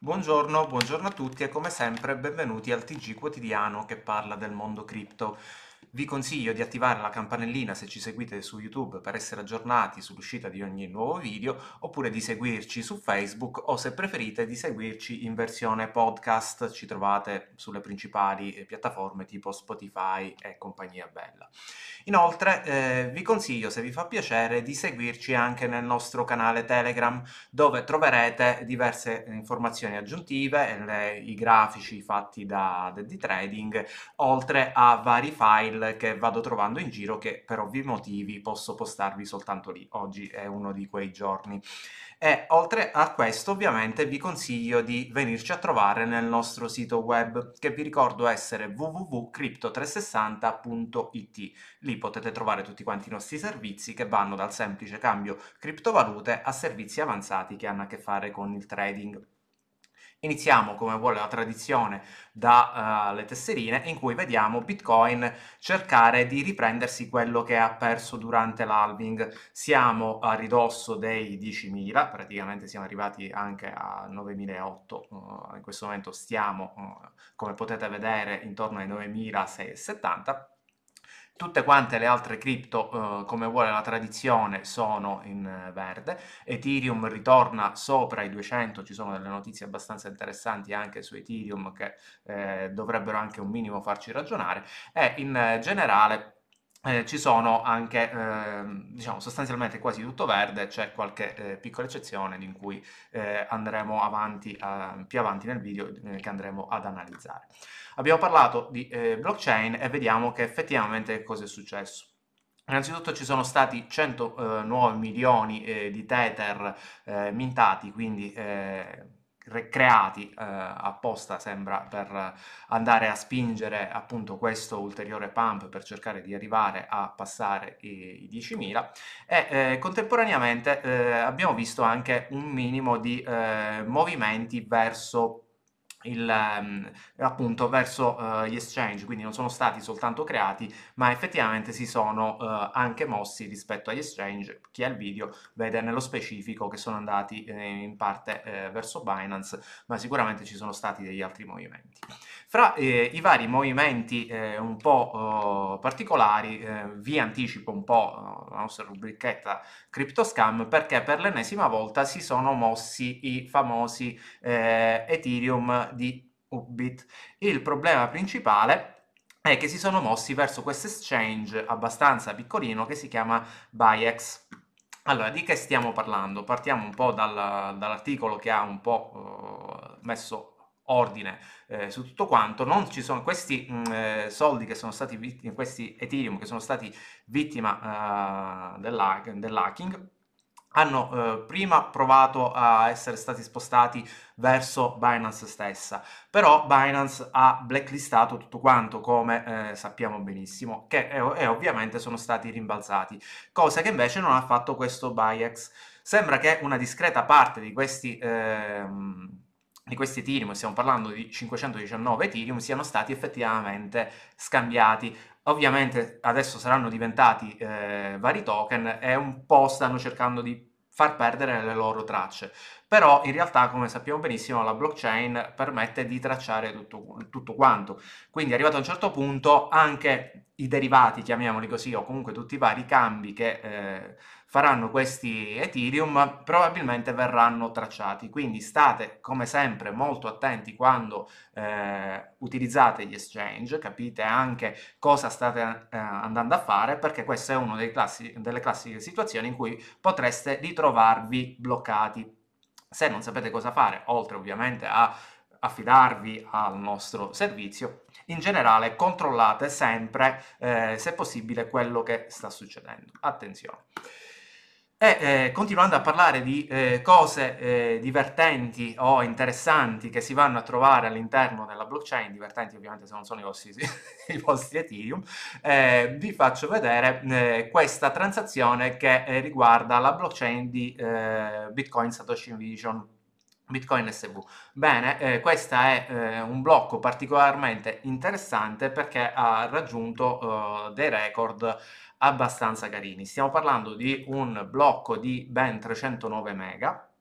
Buongiorno a tutti e come sempre benvenuti al TG quotidiano che parla del mondo cripto. Vi consiglio di attivare la campanellina se ci seguite su YouTube per essere aggiornati sull'uscita di ogni nuovo video, oppure di seguirci su Facebook o se preferite di seguirci in versione podcast. Ci trovate sulle principali piattaforme tipo Spotify e compagnia bella. Inoltre vi consiglio, se vi fa piacere, di seguirci anche nel nostro canale Telegram, dove troverete diverse informazioni aggiuntive, i grafici fatti da Daddy Trading, oltre a vari file che vado trovando in giro che per ovvi motivi posso postarvi soltanto lì. Oggi è uno di quei giorni. E oltre a questo, ovviamente, vi consiglio di venirci a trovare nel nostro sito web, che vi ricordo essere www.crypto360.it. Lì potete trovare tutti quanti i nostri servizi che vanno dal semplice cambio criptovalute a servizi avanzati che hanno a che fare con il trading. Iniziamo, come vuole la tradizione, dalle tesserine, in cui vediamo Bitcoin cercare di riprendersi quello che ha perso durante l'halving. Siamo a ridosso dei 10.000, praticamente siamo arrivati anche a 9.008, in questo momento stiamo, come potete vedere, intorno ai 9.670. Tutte quante le altre cripto, come vuole la tradizione, sono in verde. Ethereum ritorna sopra i 200, ci sono delle notizie abbastanza interessanti anche su Ethereum che dovrebbero anche un minimo farci ragionare, e in generale ci sono anche, diciamo, sostanzialmente quasi tutto verde. C'è qualche piccola eccezione in cui andremo avanti, più avanti nel video, che andremo ad analizzare. Abbiamo parlato di blockchain e vediamo che effettivamente cosa è successo. Innanzitutto ci sono stati 100 nuovi milioni di Tether mintati, quindi creati apposta, sembra, per andare a spingere appunto questo ulteriore pump per cercare di arrivare a passare i 10.000, e contemporaneamente abbiamo visto anche un minimo di movimenti verso appunto verso gli exchange, quindi non sono stati soltanto creati, ma effettivamente si sono anche mossi rispetto agli exchange. Chi ha il video vede nello specifico che sono andati in parte verso Binance, ma sicuramente ci sono stati degli altri movimenti. Fra i vari movimenti un po' particolari, vi anticipo un po' la nostra rubrichetta Crypto Scam, perché per l'ennesima volta si sono mossi i famosi Ethereum di Upbit. Il problema principale è che si sono mossi verso questo exchange abbastanza piccolino che si chiama Bihex. Allora, di che stiamo parlando? Partiamo un po' dall'articolo che ha un po' messo ordine su tutto quanto. Non ci sono questi soldi che sono stati vittime, questi Ethereum che sono stati vittima dell'hacking, hanno prima provato a essere stati spostati verso Binance stessa, però Binance ha blacklistato tutto quanto, come sappiamo benissimo, e ovviamente sono stati rimbalzati, cosa che invece non ha fatto questo Bihex. Sembra che una discreta parte di questi Ethereum, stiamo parlando di 519 Ethereum, siano stati effettivamente scambiati. Ovviamente adesso saranno diventati vari token e un po' stanno cercando di far perdere le loro tracce. Però in realtà, come sappiamo benissimo, la blockchain permette di tracciare tutto quanto. Quindi arrivato a un certo punto anche i derivati, chiamiamoli così, o comunque tutti i vari cambi che faranno questi Ethereum probabilmente verranno tracciati. Quindi state come sempre molto attenti quando utilizzate gli exchange, capite anche cosa state andando a fare, perché questa è una delle classiche situazioni in cui potreste ritrovarvi bloccati. Se non sapete cosa fare, oltre ovviamente a affidarvi al nostro servizio, in generale controllate sempre, se possibile, quello che sta succedendo. Attenzione. E continuando a parlare di cose divertenti o interessanti che si vanno a trovare all'interno della blockchain, divertenti ovviamente se non sono i vostri, i vostri Ethereum, vi faccio vedere questa transazione che riguarda la blockchain di Bitcoin Satoshi Vision. Bitcoin SV. Bene, questo è un blocco particolarmente interessante perché ha raggiunto dei record abbastanza carini. Stiamo parlando di un blocco di ben 309 mega,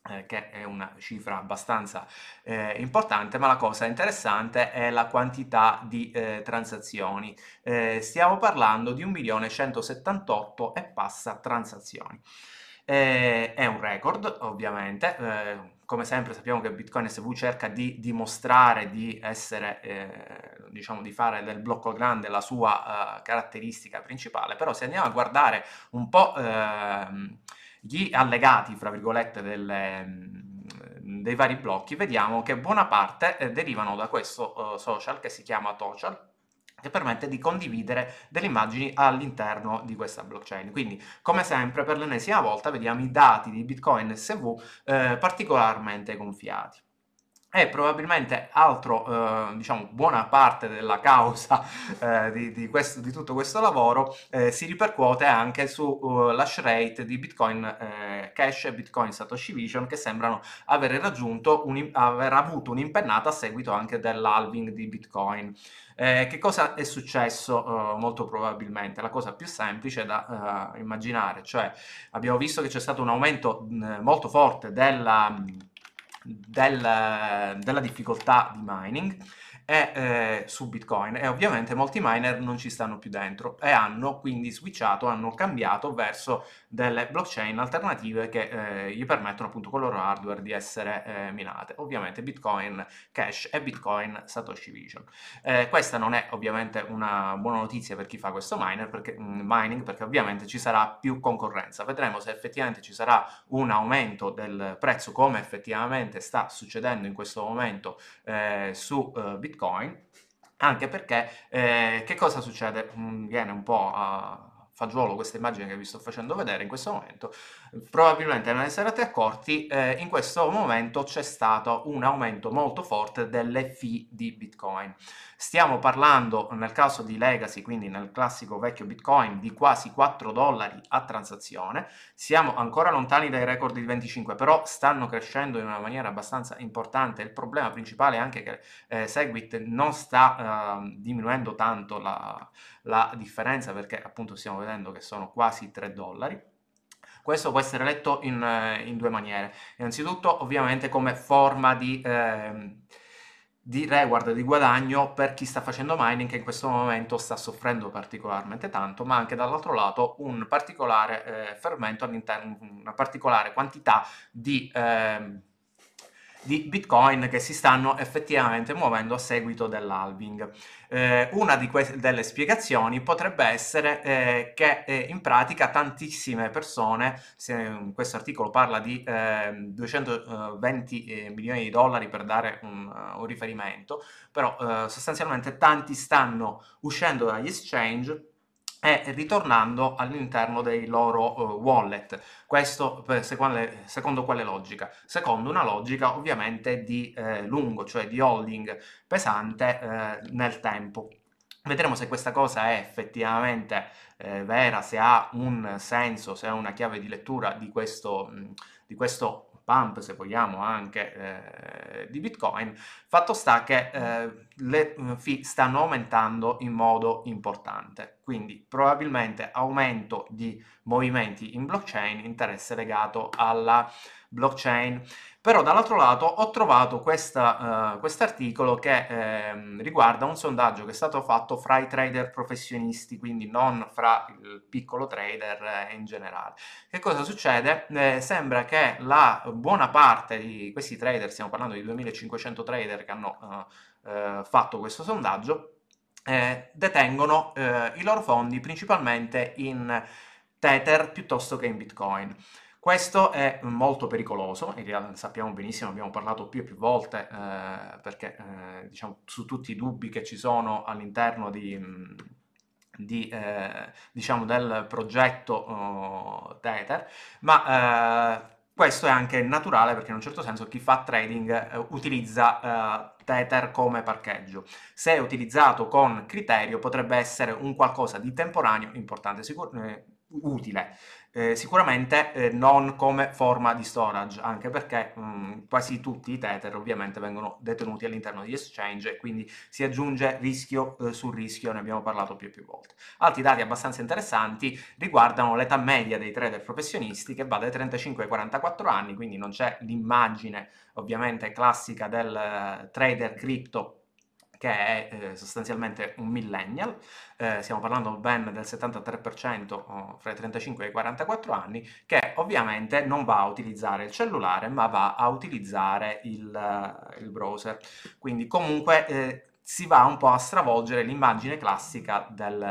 che è una cifra abbastanza importante, ma la cosa interessante è la quantità di transazioni. Stiamo parlando di 1.178 e passa transazioni. È un record, ovviamente. Come sempre sappiamo che Bitcoin SV cerca di dimostrare di essere, diciamo, di fare del blocco grande la sua caratteristica principale, però se andiamo a guardare un po' gli allegati, fra virgolette, dei vari blocchi, vediamo che buona parte derivano da questo social che si chiama Total, che permette di condividere delle immagini all'interno di questa blockchain. Quindi, come sempre, per l'ennesima volta vediamo i dati di Bitcoin SV particolarmente gonfiati. E probabilmente diciamo, buona parte della causa di tutto questo lavoro si ripercuote anche sull'hash rate di Bitcoin Cash e Bitcoin Satoshi Vision, che sembrano aver avuto un'impennata a seguito anche dell'halving di Bitcoin. Che cosa è successo? Molto probabilmente la cosa più semplice da immaginare, cioè abbiamo visto che c'è stato un aumento molto forte della difficoltà di mining su Bitcoin, e ovviamente molti miner non ci stanno più dentro e hanno quindi switchato, hanno cambiato verso delle blockchain alternative che gli permettono appunto con il loro hardware di essere minate, ovviamente Bitcoin Cash e Bitcoin Satoshi Vision. Questa non è ovviamente una buona notizia per chi fa questo mining, perché ovviamente ci sarà più concorrenza. Vedremo se effettivamente ci sarà un aumento del prezzo, come effettivamente sta succedendo in questo momento su Bitcoin, anche perché che cosa succede? Viene un po' a fagiolo questa immagine che vi sto facendo vedere in questo momento. Probabilmente non ne sarete accorti, in questo momento c'è stato un aumento molto forte delle fee di Bitcoin. Stiamo parlando, nel caso di Legacy, quindi nel classico vecchio Bitcoin, di quasi 4 dollari a transazione. Siamo ancora lontani dai record di 25, però stanno crescendo in una maniera abbastanza importante. Il problema principale è anche che Segwit non sta diminuendo tanto la differenza, perché appunto stiamo vedendo che sono quasi 3 dollari. Questo può essere letto in due maniere. Innanzitutto, ovviamente, come forma di reward, di guadagno per chi sta facendo mining, che in questo momento sta soffrendo particolarmente tanto, ma anche dall'altro lato un particolare fermento all'interno, una particolare quantità di Bitcoin che si stanno effettivamente muovendo a seguito dell'halving. Una delle spiegazioni potrebbe essere che in pratica tantissime persone, questo articolo parla di 220 milioni di dollari per dare un riferimento, però sostanzialmente tanti stanno uscendo dagli exchange e ritornando all'interno dei loro wallet. Questo secondo quale logica? Secondo una logica ovviamente di lungo, cioè di holding pesante nel tempo. Vedremo se questa cosa è effettivamente vera, se ha un senso, se ha una chiave di lettura di questo pump, se vogliamo, anche di Bitcoin. Fatto sta che le fee stanno aumentando in modo importante, quindi probabilmente aumento di movimenti in blockchain, interesse legato alla blockchain. Però dall'altro lato ho trovato quest'articolo che riguarda un sondaggio che è stato fatto fra i trader professionisti, quindi non fra il piccolo trader in generale. Che cosa succede? Sembra che la buona parte di questi trader, stiamo parlando di 2500 trader che hanno fatto questo sondaggio, detengono i loro fondi principalmente in Tether piuttosto che in Bitcoin. Questo è molto pericoloso, in realtà sappiamo benissimo, abbiamo parlato più e più volte, perché diciamo, su tutti i dubbi che ci sono all'interno diciamo, del progetto Tether, ma questo è anche naturale, perché in un certo senso chi fa trading utilizza Tether come parcheggio. Se utilizzato con criterio potrebbe essere un qualcosa di temporaneo importante, utile. sicuramente non come forma di storage, anche perché quasi tutti i Tether ovviamente vengono detenuti all'interno di exchange e quindi si aggiunge rischio su rischio, ne abbiamo parlato più e più volte. Altri dati abbastanza interessanti riguardano l'età media dei trader professionisti, che va dai 35 ai 44 anni, quindi non c'è l'immagine ovviamente classica del trader cripto che è sostanzialmente un millennial, stiamo parlando ben del 73% fra i 35 e i 44 anni, che ovviamente non va a utilizzare il cellulare, ma va a utilizzare il browser. Quindi comunque si va un po' a stravolgere l'immagine classica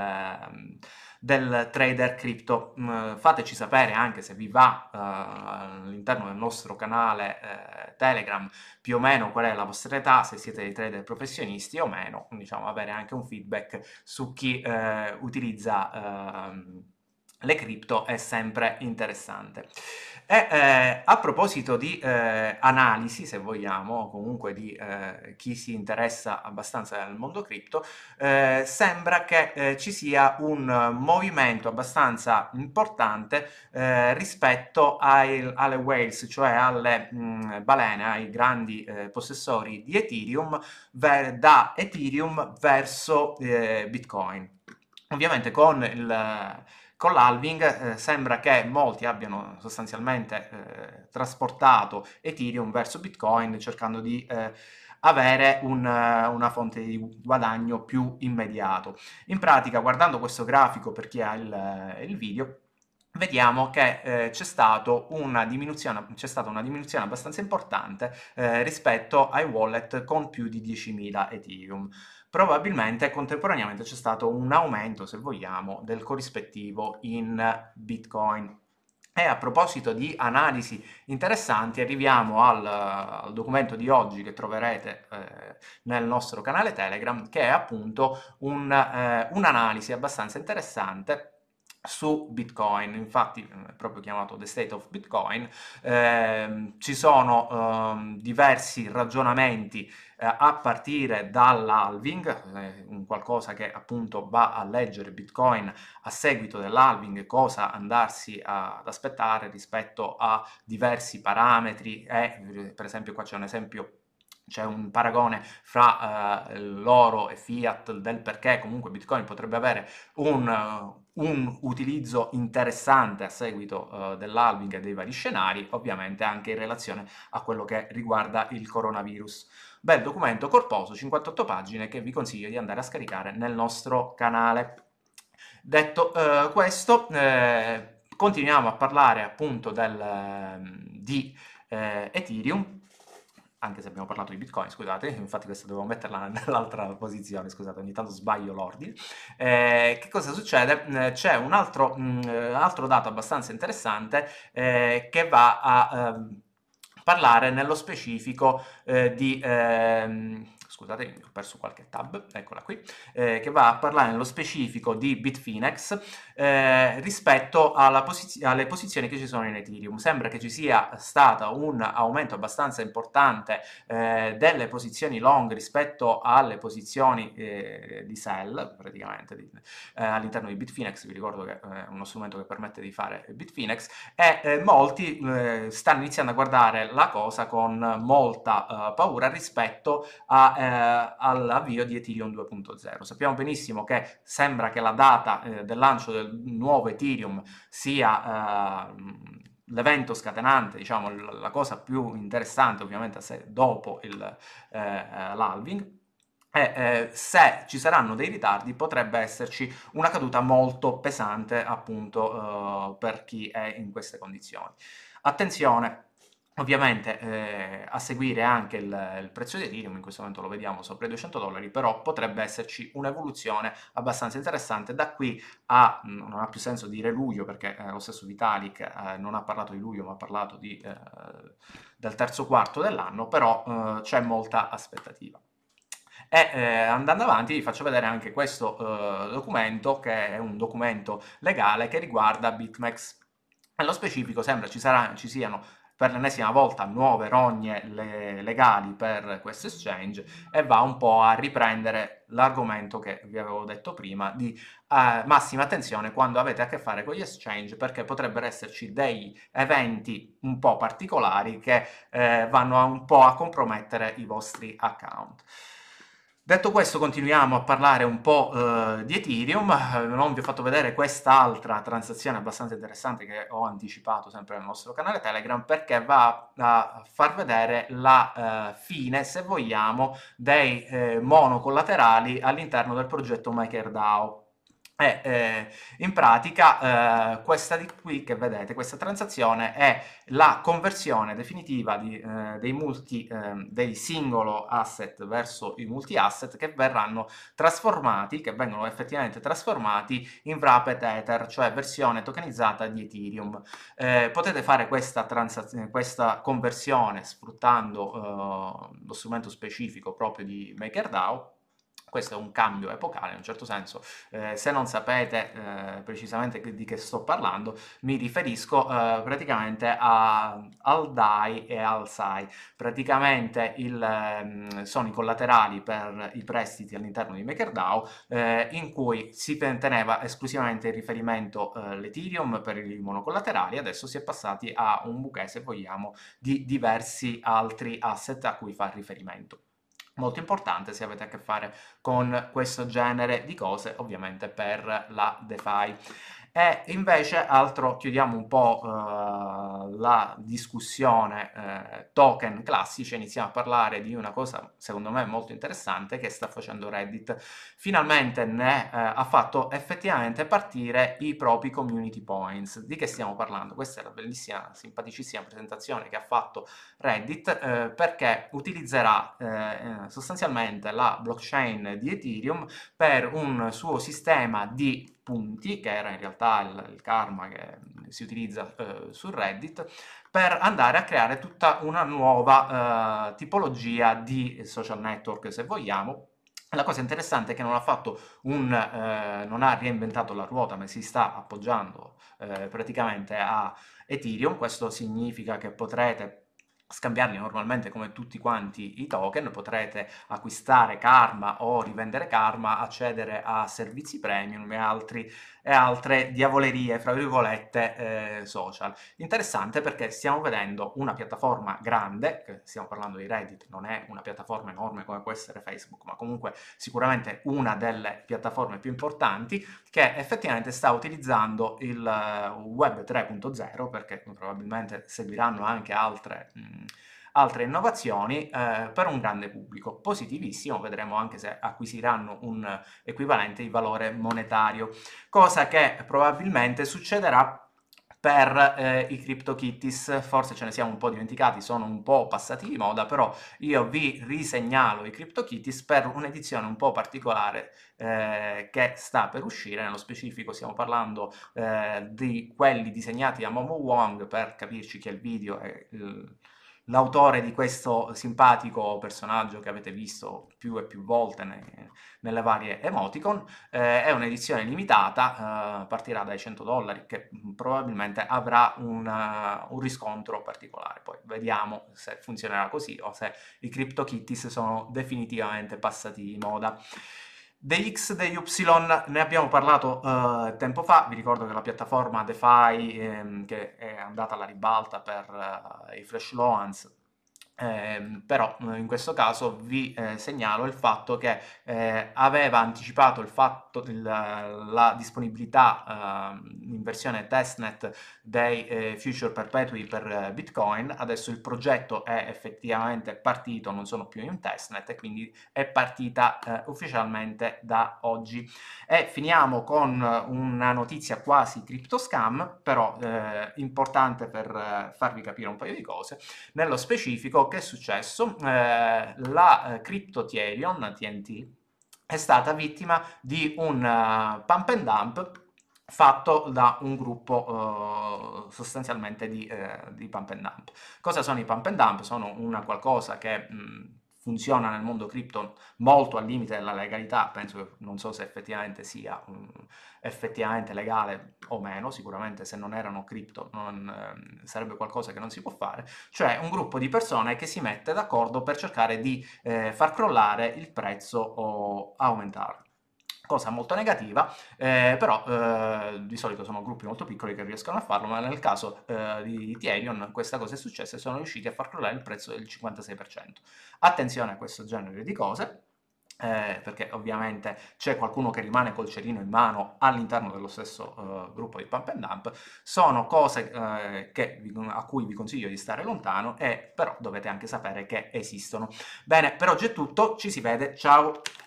del trader cripto. Fateci sapere anche se vi va all'interno del nostro canale Telegram più o meno qual è la vostra età, se siete dei trader professionisti o meno, diciamo, avere anche un feedback su chi utilizza le cripto è sempre interessante. E a proposito di analisi, se vogliamo, o comunque di chi si interessa abbastanza del mondo cripto, sembra che ci sia un movimento abbastanza importante rispetto alle whales, cioè alle balene, ai grandi possessori di Ethereum, da Ethereum verso Bitcoin. Ovviamente con l'halving sembra che molti abbiano sostanzialmente trasportato Ethereum verso Bitcoin cercando di avere una fonte di guadagno più immediato. In pratica, guardando questo grafico per chi ha il video, vediamo che c'è stata una diminuzione abbastanza importante rispetto ai wallet con più di 10.000 Ethereum. Probabilmente contemporaneamente c'è stato un aumento, se vogliamo, del corrispettivo in Bitcoin. E a proposito di analisi interessanti, arriviamo al documento di oggi che troverete nel nostro canale Telegram, che è appunto un'analisi abbastanza interessante su Bitcoin. Infatti è proprio chiamato The State of Bitcoin. Ci sono diversi ragionamenti a partire dall'halving, un qualcosa che appunto va a leggere Bitcoin a seguito dell'halving, cosa andarsi ad aspettare rispetto a diversi parametri e per esempio qua c'è un esempio. C'è un paragone fra l'oro e fiat del perché comunque Bitcoin potrebbe avere un utilizzo interessante a seguito dell'halving e dei vari scenari, ovviamente anche in relazione a quello che riguarda il coronavirus. Bel documento corposo, 58 pagine, che vi consiglio di andare a scaricare nel nostro canale. Detto questo, continuiamo a parlare appunto di Ethereum, anche se abbiamo parlato di Bitcoin, scusate, infatti questa dovevo metterla nell'altra posizione, scusate, ogni tanto sbaglio l'ordine. Che cosa succede? C'è un altro dato abbastanza interessante che va a parlare nello specifico di... scusate, ho perso qualche tab, eccola qui, che va a parlare nello specifico di Bitfinex rispetto alle posizioni che ci sono in Ethereum. Sembra che ci sia stato un aumento abbastanza importante delle posizioni long rispetto alle posizioni di sell, praticamente, all'interno di Bitfinex. Vi ricordo che è uno strumento che permette di fare Bitfinex, e molti stanno iniziando a guardare la cosa con molta paura rispetto all'avvio di Ethereum 2.0. Sappiamo benissimo che sembra che la data del lancio del nuovo Ethereum sia l'evento scatenante, diciamo, la cosa più interessante ovviamente dopo l'halving. Se ci saranno dei ritardi potrebbe esserci una caduta molto pesante appunto per chi è in queste condizioni. Attenzione, ovviamente a seguire anche il prezzo di Ethereum, in questo momento lo vediamo sopra i $200, però potrebbe esserci un'evoluzione abbastanza interessante da qui a, non ha più senso dire luglio, perché lo stesso Vitalik non ha parlato di luglio ma ha parlato del terzo quarto dell'anno, però c'è molta aspettativa. E andando avanti vi faccio vedere anche questo documento, che è un documento legale che riguarda BitMEX. Nello specifico sembra ci siano per l'ennesima volta nuove rogne legali per questo exchange e va un po' a riprendere l'argomento che vi avevo detto prima di massima attenzione quando avete a che fare con gli exchange, perché potrebbero esserci dei eventi un po' particolari che vanno un po' a compromettere i vostri account. Detto questo, continuiamo a parlare un po' di Ethereum. Non vi ho fatto vedere quest'altra transazione abbastanza interessante che ho anticipato sempre nel nostro canale Telegram, perché va a far vedere la fine, se vogliamo, dei monocollaterali all'interno del progetto MakerDAO. In pratica questa di qui che vedete, questa transazione è la conversione definitiva dei singolo asset verso i multi asset che verranno trasformati, che vengono effettivamente trasformati in Wrapped Ether, cioè versione tokenizzata di Ethereum. Potete fare questa conversione sfruttando lo strumento specifico proprio di MakerDAO. Questo è un cambio epocale in un certo senso. Se non sapete precisamente di che sto parlando, mi riferisco praticamente al DAI e al SAI. Praticamente sono i collaterali per i prestiti all'interno di MakerDAO, in cui si teneva esclusivamente il riferimento l'Ethereum per i monocollaterali. Adesso si è passati a un bouquet, se vogliamo, di diversi altri asset a cui fa riferimento. Molto importante se avete a che fare con questo genere di cose, ovviamente per la DeFi. E invece, chiudiamo un po' la discussione token classici, iniziamo a parlare di una cosa secondo me molto interessante che sta facendo Reddit. Finalmente ha fatto effettivamente partire i propri community points. Di che stiamo parlando? Questa è la bellissima, simpaticissima presentazione che ha fatto Reddit, perché utilizzerà sostanzialmente la blockchain di Ethereum per un suo sistema di punti, che era in realtà il karma che si utilizza su Reddit, per andare a creare tutta una nuova tipologia di social network, se vogliamo. La cosa interessante è che non non ha reinventato la ruota, ma si sta appoggiando praticamente a Ethereum. Questo significa che potrete scambiarli normalmente come tutti quanti i token, potrete acquistare Karma o rivendere Karma, accedere a servizi premium e altre diavolerie, fra virgolette, social. Interessante perché stiamo vedendo una piattaforma grande, che stiamo parlando di Reddit, non è una piattaforma enorme come può essere Facebook, ma comunque sicuramente una delle piattaforme più importanti, che effettivamente sta utilizzando il Web 3.0, perché probabilmente seguiranno anche altre innovazioni per un grande pubblico. Positivissimo, vedremo anche se acquisiranno un equivalente di valore monetario, cosa che probabilmente succederà per i CryptoKitties. Forse ce ne siamo un po' dimenticati, sono un po' passati di moda, però io vi risegnalo i CryptoKitties per un'edizione un po' particolare che sta per uscire. Nello specifico stiamo parlando di quelli disegnati da Momo Wong, per capirci chi è il video e l'autore di questo simpatico personaggio che avete visto più e più volte nelle varie emoticon. È un'edizione limitata, partirà dai $100, che probabilmente avrà un riscontro particolare. Poi vediamo se funzionerà così o se i CryptoKitties sono definitivamente passati di moda. Degli X, degli Y ne abbiamo parlato tempo fa. Vi ricordo che la piattaforma DeFi che è andata alla ribalta per i flash loans, però in questo caso vi segnalo il fatto che aveva anticipato la disponibilità in versione testnet dei future perpetui per Bitcoin. Adesso il progetto è effettivamente partito, non sono più in testnet, e quindi è partita ufficialmente da oggi. E finiamo con una notizia quasi crypto scam, però importante per farvi capire un paio di cose. Nello specifico, che è successo? La CryptoTherion, TNT, è stata vittima di un pump and dump fatto da un gruppo sostanzialmente di pump and dump. Cosa sono i pump and dump? Sono una qualcosa che funziona nel mondo cripto molto al limite della legalità, penso che non so se effettivamente sia effettivamente legale o meno, sicuramente se non erano cripto sarebbe qualcosa che non si può fare, cioè un gruppo di persone che si mette d'accordo per cercare di far crollare il prezzo o aumentarlo. Cosa molto negativa, però di solito sono gruppi molto piccoli che riescono a farlo, ma nel caso di Ethereum questa cosa è successa e sono riusciti a far crollare il prezzo del 56%. Attenzione a questo genere di cose, perché ovviamente c'è qualcuno che rimane col cerino in mano all'interno dello stesso gruppo di Pump and Dump, sono cose a cui vi consiglio di stare lontano, e però dovete anche sapere che esistono. Bene, per oggi è tutto, ci si vede, ciao!